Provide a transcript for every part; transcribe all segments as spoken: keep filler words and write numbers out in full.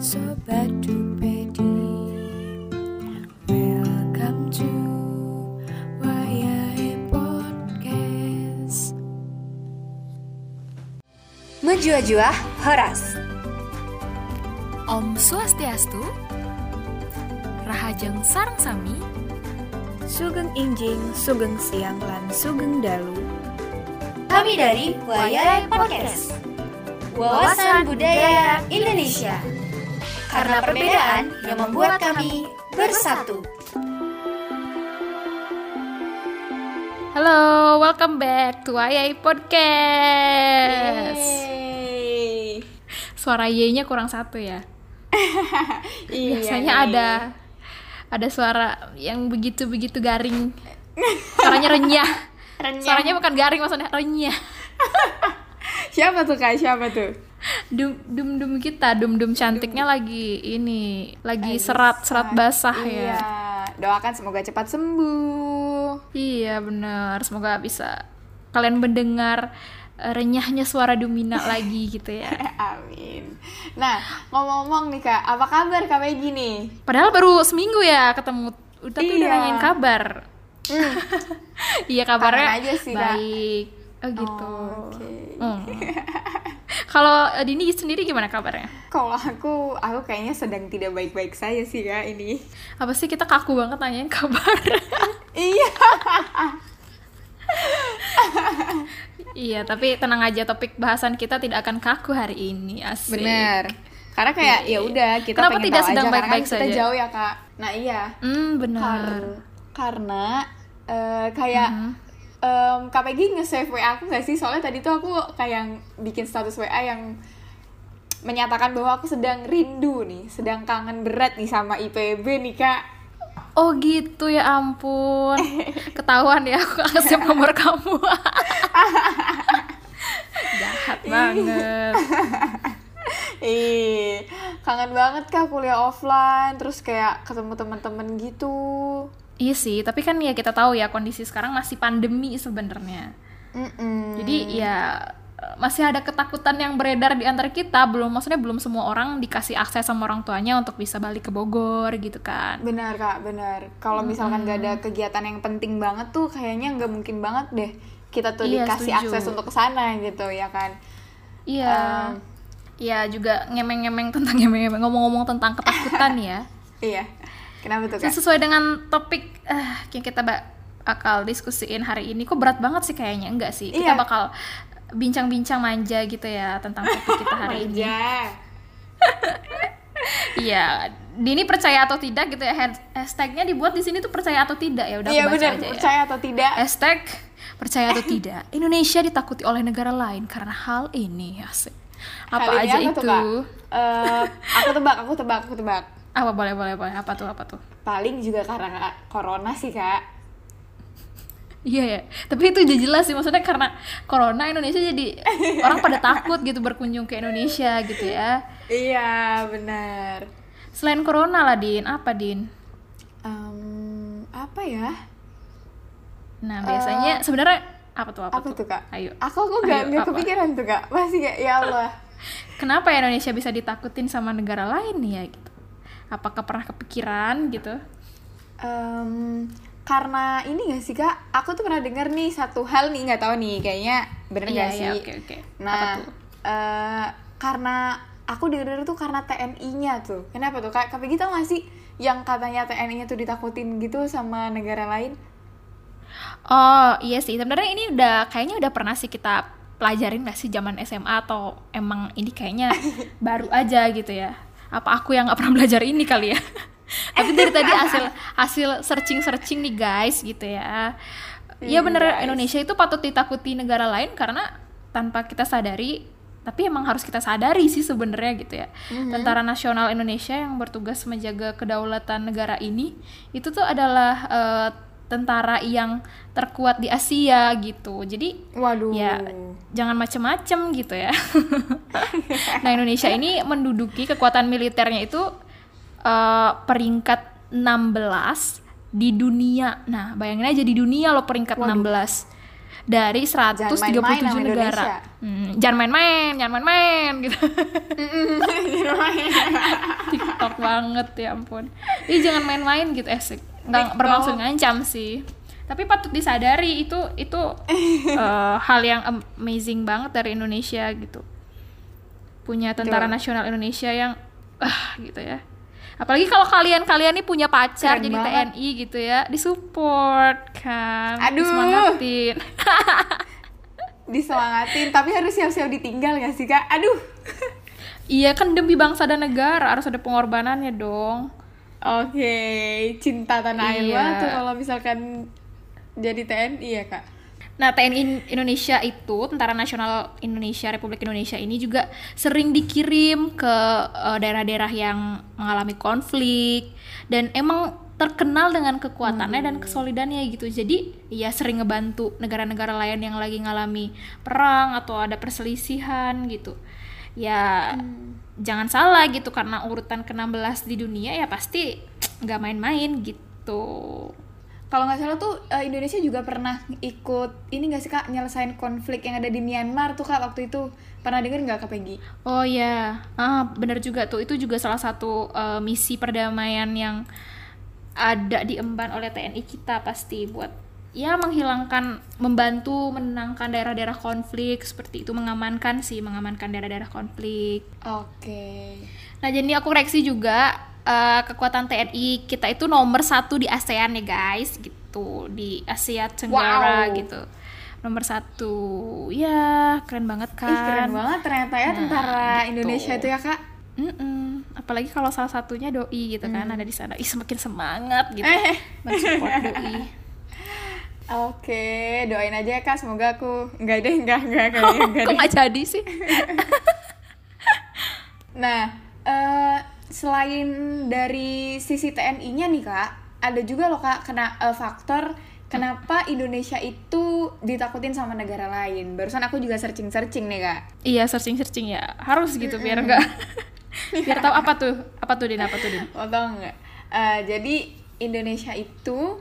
Sobat Dupedi, welcome to Wayai Podcast. Menjua-jua Horas. Om Swastiastu, Rahajeng Sareng Sami, Sugeng Injing, Sugeng Siang lan Sugeng Dalu. Kami dari Wayai Podcast, wawasan budaya Indonesia. Karena perbedaan yang membuat kami bersatu. Halo, welcome back to Wayai Podcast. Yeay. Suara Y-nya kurang satu ya. Iya, Biasanya nih. ada ada suara yang begitu-begitu garing. Suaranya renyah. Renyah. Suaranya bukan garing, maksudnya renyah. Siapa tuh Kak? Siapa tuh? Dum dum dum kita, dum dum cantiknya lagi ini, lagi Lagi serat-serat serat. basah Iya. ya. Doakan semoga cepat sembuh. Iya benar, semoga bisa kalian mendengar eh, renyahnya suara Dumina lagi gitu ya. Amin. Nah, ngomong-ngomong nih Kak, apa kabar Kak Megi nih? Padahal baru seminggu ya ketemu, tapi udah Iya. nanyain kabar. Iya kabarnya Kangen aja sih, Kak. baik. Oh gitu. Oh, oke. Hmm. Kalau eh, Dini sendiri gimana kabarnya? Kalau aku, aku kayaknya sedang tidak baik-baik saja sih Kak ini. Apa sih kita kaku banget nanyain kabar? Iya. Iya, tapi tenang aja, topik bahasan kita tidak akan kaku hari ini. Asik. Bener. Karena kayak ya udah kita Kenapa pengen tidak tahu sedang aja, karena baik-baik kan kita saja? jauh ya Kak. Nah iya. Hmm, benar. Kar- karena eh, kayak Mhm. em, Kak Peggy nge-save W A aku gak sih? Soalnya tadi tuh aku kayak bikin status W A yang menyatakan bahwa aku sedang rindu nih, sedang kangen berat nih sama I P B nih Kak. Oh gitu, ya ampun. Ketahuan ya aku nge-save nomor kamu. Jahat banget. Ih, kangen banget Kak kuliah offline, terus kayak ketemu teman-teman gitu. Iya sih, tapi kan ya kita tahu ya kondisi sekarang masih pandemi sebenarnya. Mm-mm. Jadi ya masih ada ketakutan yang beredar di antara kita, belum maksudnya belum semua orang dikasih akses sama orang tuanya untuk bisa balik ke Bogor gitu kan. Benar Kak, benar. Kalau misalkan gak ada kegiatan yang penting banget tuh kayaknya nggak mungkin banget deh kita tuh Iya, dikasih setuju. akses untuk ke sana gitu ya kan. Iya. Iya juga ngemeng-ngemeng tentang ngemeng-ngemeng ngomong-ngomong tentang ketakutan ya. Iya. Kenapa tuh Kak? Sesuai dengan topik eh, yang kita bakal diskusiin hari ini, kok berat banget sih kayaknya? Enggak sih, kita Iya. bakal bincang-bincang manja gitu ya tentang topik kita hari ini. Ya. Iya, Dini percaya atau tidak gitu ya, head- hashtagnya dibuat di sini tuh percaya atau tidak ya, udah Iya aku baca benar, aja percaya ya. atau tidak? Hashtag percaya atau tidak, Indonesia ditakuti oleh negara lain karena hal ini. Asik. Apa Kali ini aja apa itu? tuh, Kak? Eh, aku tebak, aku tebak, aku tebak. Apa boleh boleh boleh? Apa tuh apa tuh? Paling juga karena corona sih Kak. Iya ya, tapi itu udah jelas sih, maksudnya karena corona Indonesia jadi orang pada takut gitu berkunjung ke Indonesia gitu ya. Iya benar. Selain corona lah Din, apa Din? Em, apa ya? Nah biasanya sebenarnya apa tuh apa, Apa tuh Kak? Ayo. Aku aku nggak Ayo, nggak apa? kepikiran tuh Kak. Masih kayak ya Allah. Kenapa ya Indonesia bisa ditakutin sama negara lain nih ya gitu? Apakah pernah kepikiran gitu? Em, karena ini gak sih Kak? Aku tuh pernah denger nih satu hal nih, nggak tahu nih kayaknya bener Iya, gak iya, sih? oke, oke. Apa Nah, tuh? eh, karena aku denger tuh karena T N I-nya tuh. Kenapa tuh Kak? Kak Peggy tau gak sih yang katanya T N I-nya tuh ditakutin gitu sama negara lain? Oh iya sih, sebenarnya ini udah kayaknya udah pernah sih kita pelajarin nggak sih zaman S M A, atau emang ini kayaknya baru aja gitu ya? Apa aku yang nggak pernah belajar ini kali ya? Tapi dari tadi hasil hasil searching searching nih guys gitu ya. Iya Hmm, bener, guys. Indonesia itu patut ditakuti negara lain karena tanpa kita sadari, tapi emang harus kita sadari sih sebenarnya gitu ya. Tentara Nasional Indonesia yang bertugas menjaga kedaulatan negara ini itu tuh adalah eh, tentara yang terkuat di Asia gitu. Jadi Waduh. ya jangan macem-macem gitu ya. Nah Indonesia ini menduduki kekuatan militernya itu eh, peringkat enam belas di dunia. Nah bayangin aja di dunia loh peringkat Waduh. enam belas dari seratus tiga puluh tujuh Jangan main-main sama negara. Indonesia. Hmm, jangan main-main, jangan main-main gitu. Jahat banget ya ampun. Ih jangan main-main gitu esik. Nggak bermaksud ngancam sih. Tapi patut disadari itu itu uh, hal yang amazing banget dari Indonesia gitu. Punya tentara Betul. nasional Indonesia yang ah gitu ya. Apalagi kalau kalian-kalian nih punya pacar Keren jadi banget. T N I gitu ya, disupport kan. Aduh. Disemangatin. Disemangatin, tapi harus siap-siap ditinggal gak sih Kak? Aduh. Iya kan demi bangsa dan negara harus ada pengorbanannya dong. Oke, cinta tanah air Iya. banget tuh kalau misalkan jadi T N I ya Kak. Nah, T N I Indonesia itu, Tentara Nasional Indonesia, Republik Indonesia ini juga sering dikirim ke uh, daerah-daerah yang mengalami konflik dan emang terkenal dengan kekuatannya dan kesolidannya gitu. Jadi, ya sering ngebantu negara-negara lain yang lagi ngalami perang atau ada perselisihan gitu. Ya, jangan salah gitu karena urutan ke enam belas di dunia ya pasti nggak main-main gitu. Kalau nggak salah tuh eh, Indonesia juga pernah ikut ini nggak sih Kak, nyelesain konflik yang ada di Myanmar tuh Kak waktu itu. Pernah denger nggak Kak Peggy? Oh ya, ah benar juga tuh. Itu juga salah satu uh, misi perdamaian yang ada diemban oleh T N I kita pasti buat ya menghilangkan, membantu menenangkan daerah-daerah konflik seperti itu, mengamankan sih, mengamankan daerah-daerah konflik. Oke. Nah jadi aku koreksi juga uh, kekuatan T N I kita itu nomor satu di ASEAN ya guys, gitu di Asia Tenggara Wow. gitu. Nomor satu, ya keren banget kan? Ih keren banget ternyata ya Nah, tentara gitu. Indonesia itu ya Kak. Mm-mm. Apalagi kalau salah satunya doi gitu kan ada di sana, ih semakin semangat gitu Eh. mensupport doi. Oke, doain aja ya Kak, semoga aku enggak deh, enggak enggak kayaknya enggak Kok deh. nggak jadi sih? Nah, eh, selain dari sisi T N I-nya nih Kak, ada juga loh Kak kena eh, faktor kenapa Indonesia itu ditakutin sama negara lain. Barusan aku juga searching-searching nih Kak. Iya searching-searching ya harus gitu biar nggak biar tahu apa tuh apa tuh Din apa tuh Din. Mau tau nggak? Eh, jadi Indonesia itu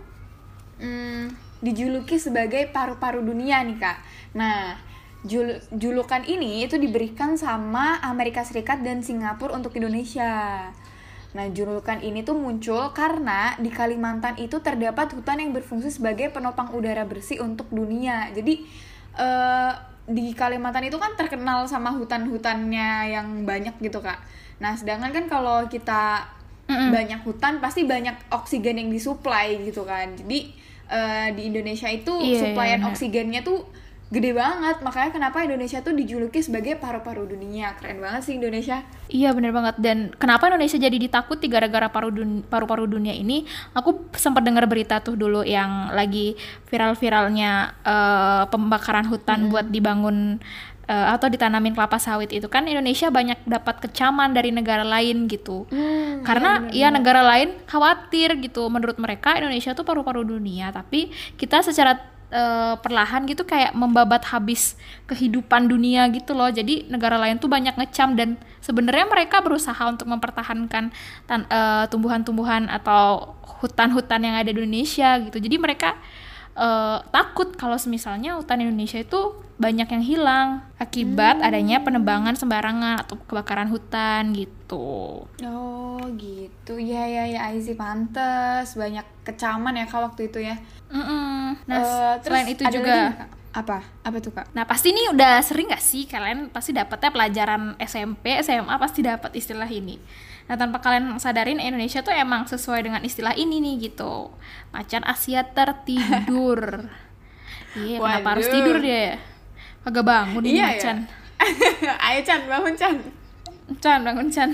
mm, dijuluki sebagai paru-paru dunia nih Kak. Nah, jul- julukan ini itu diberikan sama Amerika Serikat dan Singapura untuk Indonesia. Nah, julukan ini tuh muncul karena di Kalimantan itu terdapat hutan yang berfungsi sebagai penopang udara bersih untuk dunia. Jadi eh, di Kalimantan itu kan terkenal sama hutan-hutannya yang banyak gitu Kak. Nah, sedangkan kan kalau kita Mm-mm. banyak hutan pasti banyak oksigen yang disuplai gitu kan. Jadi eh, di Indonesia itu Iya, suplaian iya, benar. oksigennya tuh gede banget. Makanya kenapa Indonesia tuh dijuluki sebagai paru-paru dunia. Keren banget sih Indonesia. Iya bener banget. Dan kenapa Indonesia jadi ditakuti gara-gara paru dun- paru-paru dunia ini? Aku sempat dengar berita tuh dulu yang lagi viral-viralnya eh, pembakaran hutan buat dibangun eh, atau ditanamin kelapa sawit itu kan Indonesia banyak dapat kecaman dari negara lain gitu. Karena ya negara lain khawatir gitu, menurut mereka Indonesia tuh paru-paru dunia, tapi kita secara eh, perlahan gitu kayak membabat habis kehidupan dunia gitu loh. Jadi negara lain tuh banyak ngecam dan sebenarnya mereka berusaha untuk mempertahankan tan- eh, tumbuhan-tumbuhan atau hutan-hutan yang ada di Indonesia gitu. Jadi mereka eh, takut kalau misalnya hutan Indonesia itu banyak yang hilang akibat adanya penebangan sembarangan atau kebakaran hutan gitu. Oh gitu, ya ya ya, Aizy pantes banyak kecaman ya Kak waktu itu ya. Mm-mm. Nah, Eh, terus selain itu ada juga, lagi nggak, Kak? apa apa tuh Kak? nah pasti ini udah sering gak sih kalian pasti dapetnya pelajaran S M P, S M A pasti dapat istilah ini. Nah tanpa kalian sadarin Indonesia tuh emang sesuai dengan istilah ini nih gitu. Macan Asia tertidur. Iya, kenapa harus Waduh. tidur dia ya? Kagak bangun ini Iya, macan. ya. Ayo Chan, bangun Chan. Chan, bangun Chan.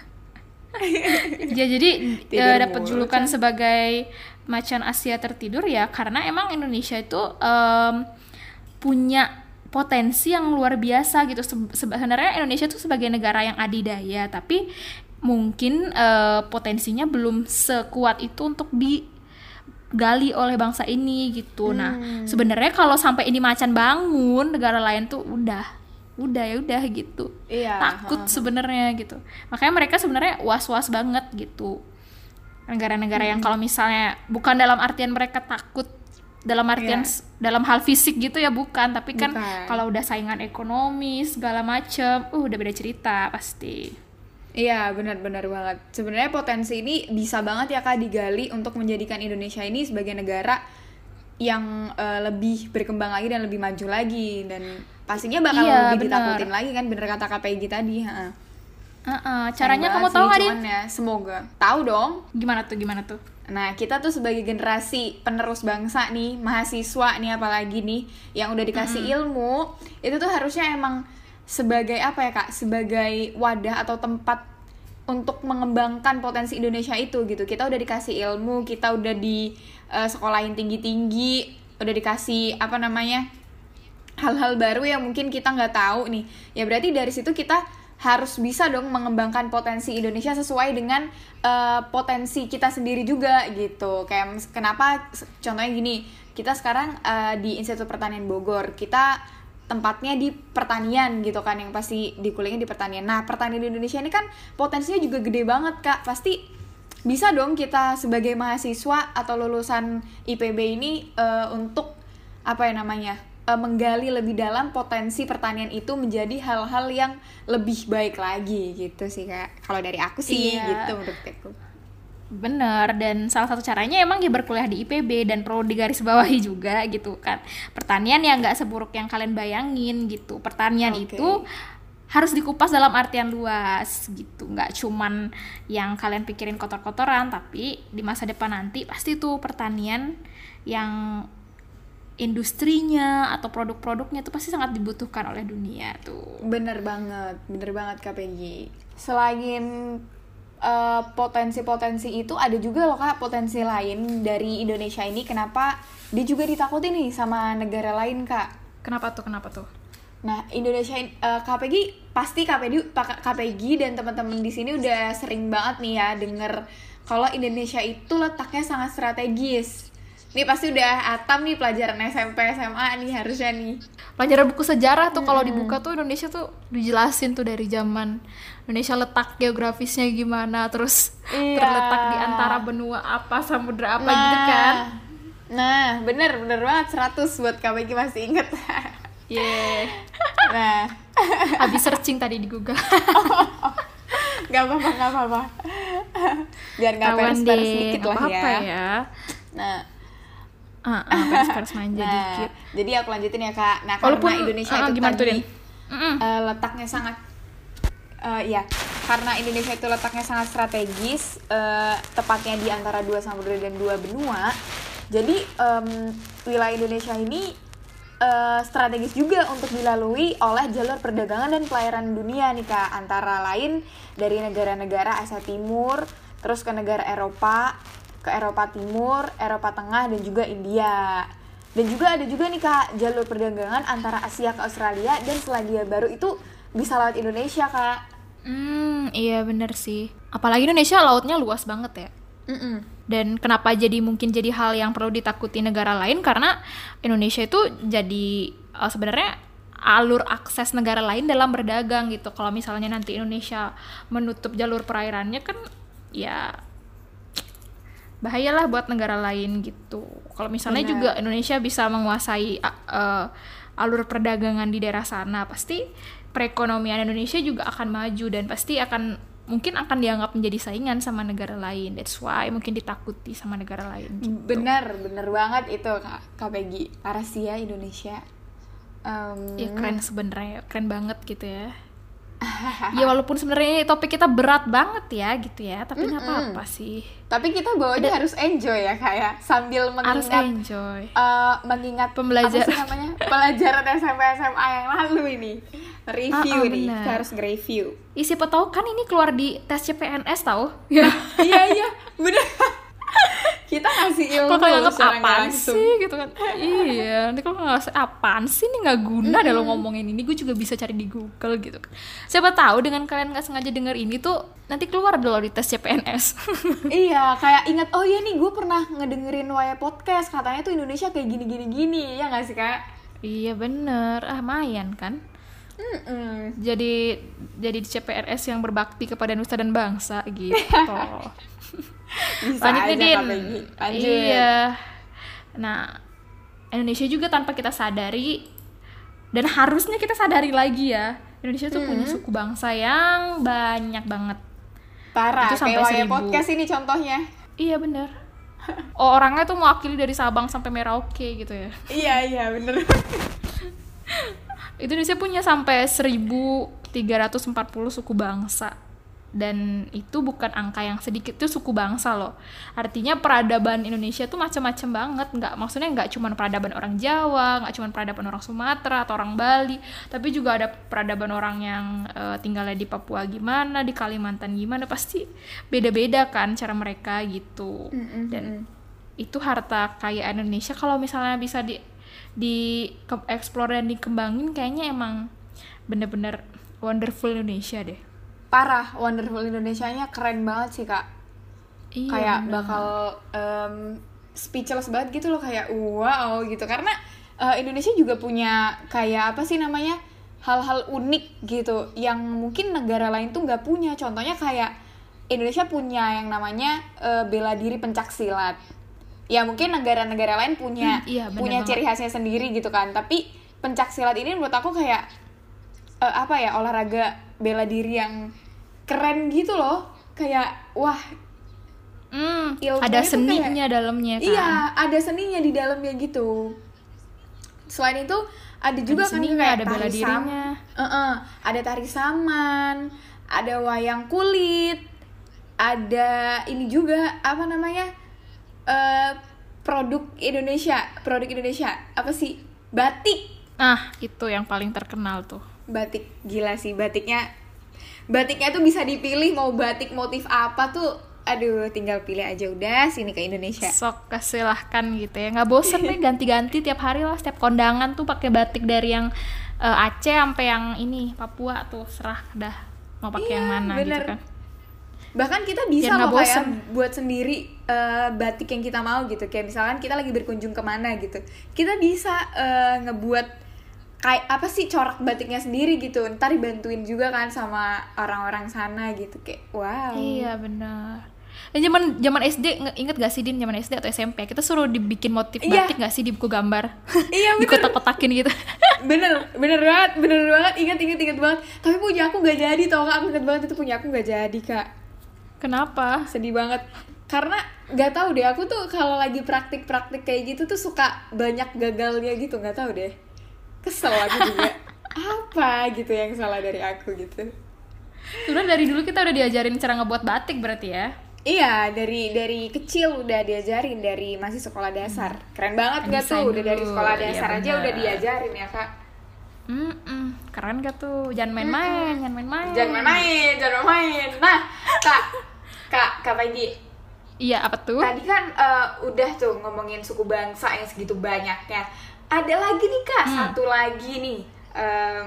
Ya jadi Tidur eh, dapat mulu, julukan Chan. sebagai macan Asia tertidur ya karena emang Indonesia itu em, punya potensi yang luar biasa gitu. Se- sebenarnya Indonesia tuh sebagai negara yang adidaya, tapi mungkin eh, potensinya belum sekuat itu untuk digali oleh bangsa ini gitu. Nah, sebenarnya kalau sampai ini macan bangun, negara lain tuh udah udah ya udah gitu. Iya, Takut sebenarnya gitu. Makanya mereka sebenarnya was-was banget gitu. Negara-negara yang kalau misalnya bukan dalam artian mereka takut dalam artian Iya. s- dalam hal fisik gitu ya bukan, tapi kan Bukan. kalau udah saingan ekonomi segala macem, uh udah beda cerita pasti. Iya, benar-benar banget. Sebenarnya potensi ini bisa banget ya Kak digali untuk menjadikan Indonesia ini sebagai negara yang uh, lebih berkembang lagi dan lebih maju lagi, dan pastinya bakal Iya, lebih benar. ditakutin lagi kan, bener kata Kak Peggy tadi. Heeh. Uh-uh. Caranya Sayang kamu banget tahu sih, nggak, Din? cuman ya semoga tahu dong. Gimana tuh, gimana tuh? Nah, kita tuh sebagai generasi penerus bangsa nih, mahasiswa nih apalagi nih, yang udah dikasih ilmu, itu tuh harusnya emang sebagai apa ya Kak, sebagai wadah atau tempat untuk mengembangkan potensi Indonesia itu gitu. Kita udah dikasih ilmu, kita udah di uh, sekolahin tinggi-tinggi, udah dikasih apa namanya, hal-hal baru yang mungkin kita nggak tahu nih. Ya berarti dari situ kita harus bisa dong mengembangkan potensi Indonesia sesuai dengan uh, potensi kita sendiri juga gitu. Kayak mis- kenapa contohnya gini, kita sekarang uh, di Institut Pertanian Bogor, kita tempatnya di pertanian gitu kan, yang pasti dikuliahnya di pertanian. Nah, pertanian di Indonesia ini kan potensinya juga gede banget Kak. Pasti bisa dong kita sebagai mahasiswa atau lulusan I P B ini uh, untuk apa ya namanya, uh, menggali lebih dalam potensi pertanian itu menjadi hal-hal yang lebih baik lagi gitu sih Kak. Kalau dari aku sih Iya. gitu menurut aku. Bener, dan salah satu caranya emang ya berkuliah di I P B, dan perlu digarisbawahi juga gitu kan. Pertanian yang nggak seburuk yang kalian bayangin gitu. Pertanian Oke. itu harus dikupas dalam artian luas gitu. Nggak cuman yang kalian pikirin kotor-kotoran, tapi di masa depan nanti pasti tuh pertanian yang industrinya atau produk-produknya itu pasti sangat dibutuhkan oleh dunia tuh. Bener banget, bener banget Kak Peggy. Selain uh, potensi-potensi itu, ada juga loh Kak potensi lain dari Indonesia ini. Kenapa dia juga ditakuti nih sama negara lain Kak? Kenapa tuh? Kenapa tuh? Nah, Indonesia ini, uh, Kak Peggy, pasti Kak Peggy, Kak Peggy dan teman-teman di sini udah sering banget nih ya denger kalau Indonesia itu letaknya sangat strategis. Nih pasti udah atam nih pelajaran S M P S M A nih harusnya nih. Pelajaran buku sejarah tuh kalau dibuka tuh Indonesia tuh dijelasin tuh dari zaman Indonesia letak geografisnya gimana, terus Iya. terletak di antara benua apa, samudra apa gitu kan. Nah, bener, bener banget, seratus buat Kak Peggy masih inget. Yeah. Nah, Habis searching tadi di Google. gak apa-apa, gak apa-apa. Biar gak Tawan peres-peres deh, dikit nggak lah ya. apa-apa ya. Nah, Ah, ah, pers-pers manja nah, dikit. jadi aku lanjutin ya Kak. Nah, karena Walaupun Indonesia ah, itu gimana tuh, tadi Din? Mm-mm. eh, letaknya sangat eh ya, karena Indonesia itu letaknya sangat strategis, eh, tepatnya di antara dua samudra dan dua benua. Jadi em, wilayah Indonesia ini eh, strategis juga untuk dilalui oleh jalur perdagangan dan pelayaran dunia nih Kak, antara lain dari negara-negara Asia Timur, terus ke negara Eropa, ke Eropa Timur, Eropa Tengah, dan juga India. Dan juga ada juga nih Kak, jalur perdagangan antara Asia ke Australia dan Selandia Baru itu bisa lewat Indonesia Kak. Hmm, iya bener sih. Apalagi Indonesia lautnya luas banget ya. Mm-mm. Dan kenapa jadi mungkin jadi hal yang perlu ditakuti negara lain, karena Indonesia itu jadi uh, sebenarnya alur akses negara lain dalam berdagang gitu. Kalau misalnya nanti Indonesia menutup jalur perairannya kan ya bahayalah buat negara lain gitu. Kalau misalnya Benar. juga Indonesia bisa menguasai uh, uh, alur perdagangan di daerah sana, pasti perekonomian Indonesia juga akan maju dan pasti akan mungkin akan dianggap menjadi saingan sama negara lain. That's why mungkin ditakuti sama negara lain gitu. Benar, benar banget itu Kak, Kak Peggy. Parah sih ya Indonesia. Em, Ya keren sebenarnya, keren banget gitu ya. Ya walaupun sebenarnya topik kita berat banget ya gitu ya, tapi nggak apa-apa sih. Tapi kita bawanya harus enjoy ya Kak ya, sambil Harus mengingat enjoy. eh, mengingat Pembelajaran. apa sih namanya, pelajaran S M P S M A yang lalu ini. Review Ah, ah, nih, benar. kita harus nge-review. Ih, siapa tahu kan ini keluar di tes C P N S tahu. Iya iya, bener. Kita ngasih ilmu Kalau kalian anggap secara nggak apaan langsung. sih gitu kan. Iya, nanti kalau nggak apaan sih, ini nggak guna deh lo ngomongin ini, gue juga bisa cari di Google gitu kan. Siapa tahu dengan kalian nggak sengaja denger ini tuh nanti keluar dulu di tes C P N S. Iya, kayak ingat, oh iya nih gue pernah ngedengerin Waya Podcast, katanya tuh Indonesia kayak gini-gini-gini, ya nggak sih Kak? Iya bener, ah lumayan kan. Mm-mm. Jadi jadi di C P N S yang berbakti kepada nusa dan bangsa gitu. Bisa Lanjut aja nih, Din. Kak Peggy. Lanjut. Iya. Nah, Indonesia juga tanpa kita sadari, dan harusnya kita sadari lagi ya, Indonesia tuh Hmm. punya suku bangsa yang banyak banget. Parah, Itu sampai kayak Waya seribu. Podcast ini contohnya. Iya bener. Oh, orangnya tuh mewakili dari Sabang sampai Merauke gitu ya. Iya, iya, bener. Indonesia punya sampai seribu tiga ratus empat puluh suku bangsa. Dan itu bukan angka yang sedikit, itu suku bangsa loh. Artinya peradaban Indonesia tuh macam-macam banget. Nggak, maksudnya nggak cuma peradaban orang Jawa, nggak cuma peradaban orang Sumatera atau orang Bali, tapi juga ada peradaban orang yang uh, tinggalnya di Papua gimana, di Kalimantan gimana, pasti beda-beda kan cara mereka gitu. Mm-mm, Dan itu harta kekayaan Indonesia, kalau misalnya bisa di di ke- explore dan dikembangin, kayaknya emang bener-bener wonderful Indonesia deh. Parah, wonderful Indonesianya keren banget sih kak. Iya, Kayak bener. bakal um, speechless banget gitu loh, kayak wow gitu. Karena uh, Indonesia juga punya kayak apa sih namanya, hal-hal unik gitu yang mungkin negara lain tuh nggak punya. Contohnya kayak Indonesia punya yang namanya uh, bela diri pencaksilat. Ya mungkin negara-negara lain punya Hmm, iya, bener punya banget. ciri khasnya sendiri gitu kan. Tapi pencaksilat ini menurut aku kayak uh, apa ya, olahraga bela diri yang keren gitu loh. Kayak wah, Hmm, ilmunya ada tuh seninya dalamnya kan. iya, ada seninya di dalamnya gitu. Selain itu ada juga kan seninya, kayak ada bela tari dirinya. sam- Uh-uh, ada tari saman, ada wayang kulit, ada ini juga apa namanya, eh, produk Indonesia, produk Indonesia apa sih, batik. Nah, itu yang paling terkenal tuh. Batik, gila sih batiknya. Batiknya tuh bisa dipilih mau batik motif apa tuh. Aduh, tinggal pilih aja udah sini ke Indonesia. Sok silahkan gitu ya. Nggak bosen nih ganti-ganti tiap hari lah, setiap kondangan tuh pakai batik dari yang eh, Aceh sampai yang ini Papua tuh, serah dah mau pakai Iya, yang mana bener. gitu kan. Bahkan kita bisa Biar nggak loh kayak bosen. buat sendiri eh, batik yang kita mau gitu. Kayak misalkan kita lagi berkunjung kemana gitu, kita bisa eh, ngebuat kayak apa sih, corak batiknya sendiri gitu. Ntar dibantuin juga kan sama orang-orang sana gitu. Kayak wow. Iya benar. Dan zaman zaman S D, nge- inget gak sih Din, zaman S D atau S M P kita suruh dibikin motif Iya. batik gak sih di buku gambar? Iya, Di bener. kotak-kotakin gitu. bener bener banget bener banget ingat ingat ingat banget. Tapi punya aku nggak jadi tau kak. Aku ingat banget itu punya aku nggak jadi kak. Kenapa? Sedih banget. Karena nggak tahu deh, aku tuh kalau lagi praktik-praktik kayak gitu tuh suka banyak gagalnya gitu. Nggak tahu deh, kesel aku juga. Apa gitu yang salah dari aku gitu. Sebenarnya dari dulu kita udah diajarin cara ngebuat batik berarti ya. Iya, dari dari kecil udah diajarin, dari masih sekolah dasar. Keren banget nggak Desain tuh? Udah dari dulu. sekolah Iya, dasar aja bener. udah diajarin ya kak. Mm-mm. Keren gak tuh? Jangan main-main, jangan main-main. Jangan main-main, jangan main. Nah, kak, kak, kak Peggy. Iya, apa tuh? Tadi kan eh, udah tuh ngomongin suku bangsa yang segitu banyaknya. Ada lagi nih kak, Hmm. satu lagi nih. Em,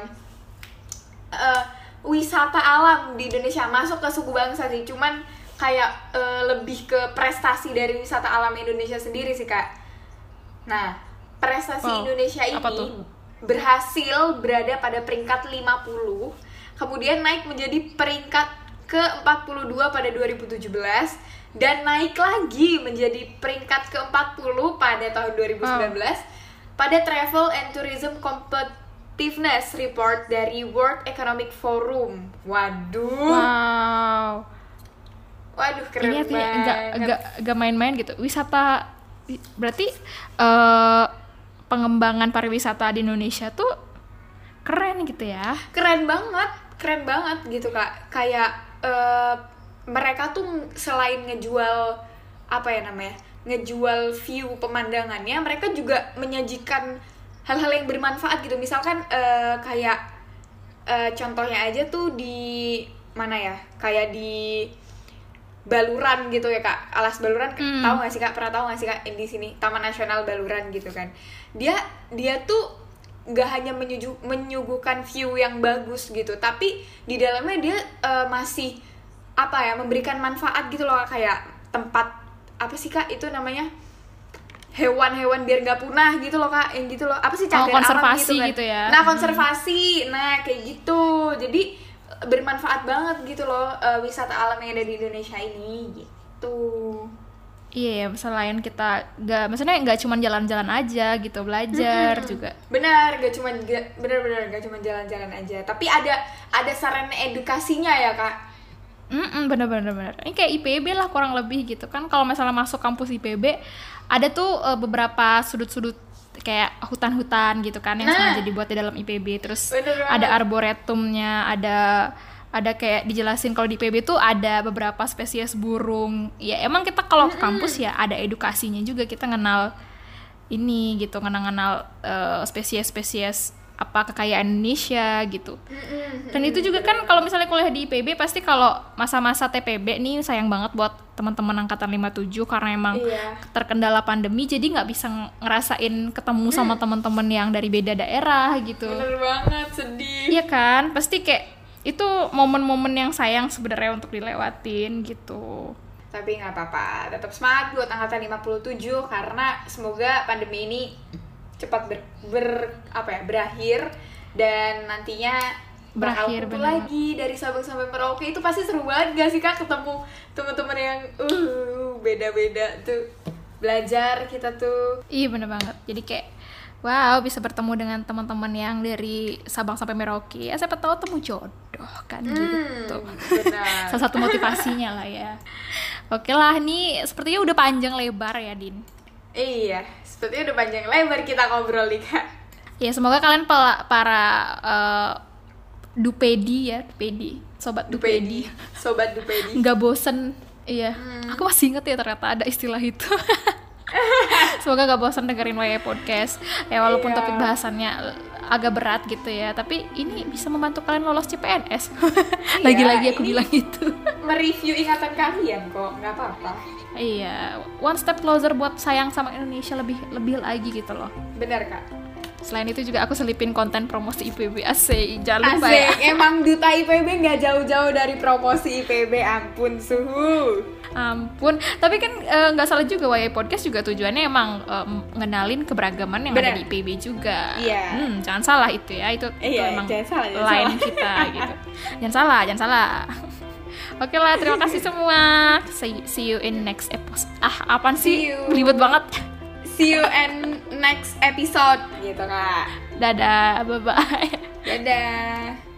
eh, wisata alam di Indonesia, masuk ke suku bangsa sih. Cuman kayak eh, lebih ke prestasi dari wisata alam Indonesia sendiri sih kak. Nah, prestasi Wow, Indonesia apa ini tuh? berhasil berada pada peringkat lima puluh, kemudian naik menjadi peringkat ke empat puluh dua pada dua ribu tujuh belas, dan naik lagi menjadi peringkat ke empat puluh pada tahun dua ribu sembilan belas pada Travel and Tourism Competitiveness Report dari World Economic Forum. Waduh, Wow. waduh keren Ini artinya banget. enggak enggak enggak main-main gitu. Wisata berarti eh, pengembangan pariwisata di Indonesia tuh keren gitu ya. Keren banget, keren banget gitu kak. Kayak eh, mereka tuh selain ngejual apa ya namanya, ngejual view pemandangannya, mereka juga menyajikan hal-hal yang bermanfaat gitu. Misalkan eh, kayak eh, contohnya aja tuh di mana ya, kayak di Baluran gitu ya kak, Alas Baluran. Hmm. Tahu nggak sih kak, pernah tahu nggak sih kak di sini Taman Nasional Baluran gitu kan. Dia dia tuh nggak hanya menyuju, menyuguhkan view yang bagus gitu, tapi di dalamnya dia eh, masih apa ya, memberikan manfaat gitu loh, kayak tempat apa sih kak itu namanya, hewan-hewan biar nggak punah gitu loh kak, yang gitu loh, apa sih, cagar Oh, alam konservasi gitu kan. gitu ya. Nah konservasi, nah kayak gitu. Jadi bermanfaat banget gitu loh eh, wisata alam yang ada di Indonesia ini gitu. Iya, selain kita nggak, maksudnya nggak cuma jalan-jalan aja gitu, belajar Hmm, juga. benar, gak cuma gak, benar-benar gak cuma jalan-jalan aja, tapi ada ada saran edukasinya ya kak. Mm bener-bener bener. Ini kayak I P B lah kurang lebih gitu kan. Kalau misalnya masuk kampus I P B, ada tuh uh, beberapa sudut-sudut kayak hutan-hutan gitu kan yang Nah. sengaja dibuat di dalam I P B. Terus Bener banget. ada arboretumnya, ada ada kayak dijelasin kalau di I P B tuh ada beberapa spesies burung. Ya emang kita kalau ke kampus ya ada edukasinya juga, kita kenal ini gitu, kenal-kenal uh, spesies-spesies apa kekayaan Indonesia gitu. Dan itu juga kan kalau misalnya kuliah di I P B pasti kalau masa-masa T P B nih sayang banget buat teman-teman angkatan lima puluh tujuh karena emang Iya. terkendala pandemi jadi nggak bisa ngerasain ketemu sama teman-teman yang dari beda daerah gitu. Bener banget, sedih. Iya kan? Pasti kayak itu momen-momen yang sayang sebenarnya untuk dilewatin gitu. Tapi nggak apa-apa, tetap semangat buat angkatan lima puluh tujuh karena semoga pandemi ini cepat ber, ber- apa ya berakhir dan nantinya bakal Berakhir, kumpul bener. lagi dari Sabang sampai Merauke. Itu pasti seru banget gak sih kak ketemu teman-teman yang uh beda-beda tuh, belajar kita tuh. Iya bener banget. Jadi kayak wow bisa bertemu dengan teman-teman yang dari Sabang sampai Merauke. Ya siapa tahu temu jodoh kan gitu. Benar. Salah satu motivasinya lah ya. Oke lah, nih sepertinya udah panjang lebar ya Din. Iya, sepertinya udah panjang lebar kita ngobrol nih kak. Ya semoga kalian pela- para uh, Dupedi ya, Dupedi, sobat Dupedi, Dupedi, sobat Dupedi. nggak bosen. Iya, aku masih inget ya ternyata ada istilah itu. Semoga gak bosan dengerin W Y Podcast. Ya walaupun Iya. topik bahasannya agak berat gitu ya, tapi ini bisa membantu kalian lolos C P N S. Lagi-lagi aku ini- bilang gitu. Mereview ingatan kalian kok, nggak apa-apa. Iya, one step closer buat sayang sama Indonesia lebih lebih lagi gitu loh. Benar kak. Selain itu juga aku selipin konten promosi I P B. Asik, jangan lupa ya. Asik, emang duta I P B nggak jauh-jauh dari promosi I P B, ampun suhu. Ampun, tapi kan eh, nggak salah juga W Y Podcast juga tujuannya emang eh, ngenalin keberagaman yang ada Benar. di I P B juga. Iya. Hmm, jangan salah itu ya, itu, itu Iya, emang jangan salah, jangan line salah. kita gitu. Jangan salah, jangan salah. Oke lah, terima kasih semua. See, see you in next episode. Ah, apaan See sih? you. Ribet banget. See you in next episode gitu kak. Dadah, bye bye. Dadah.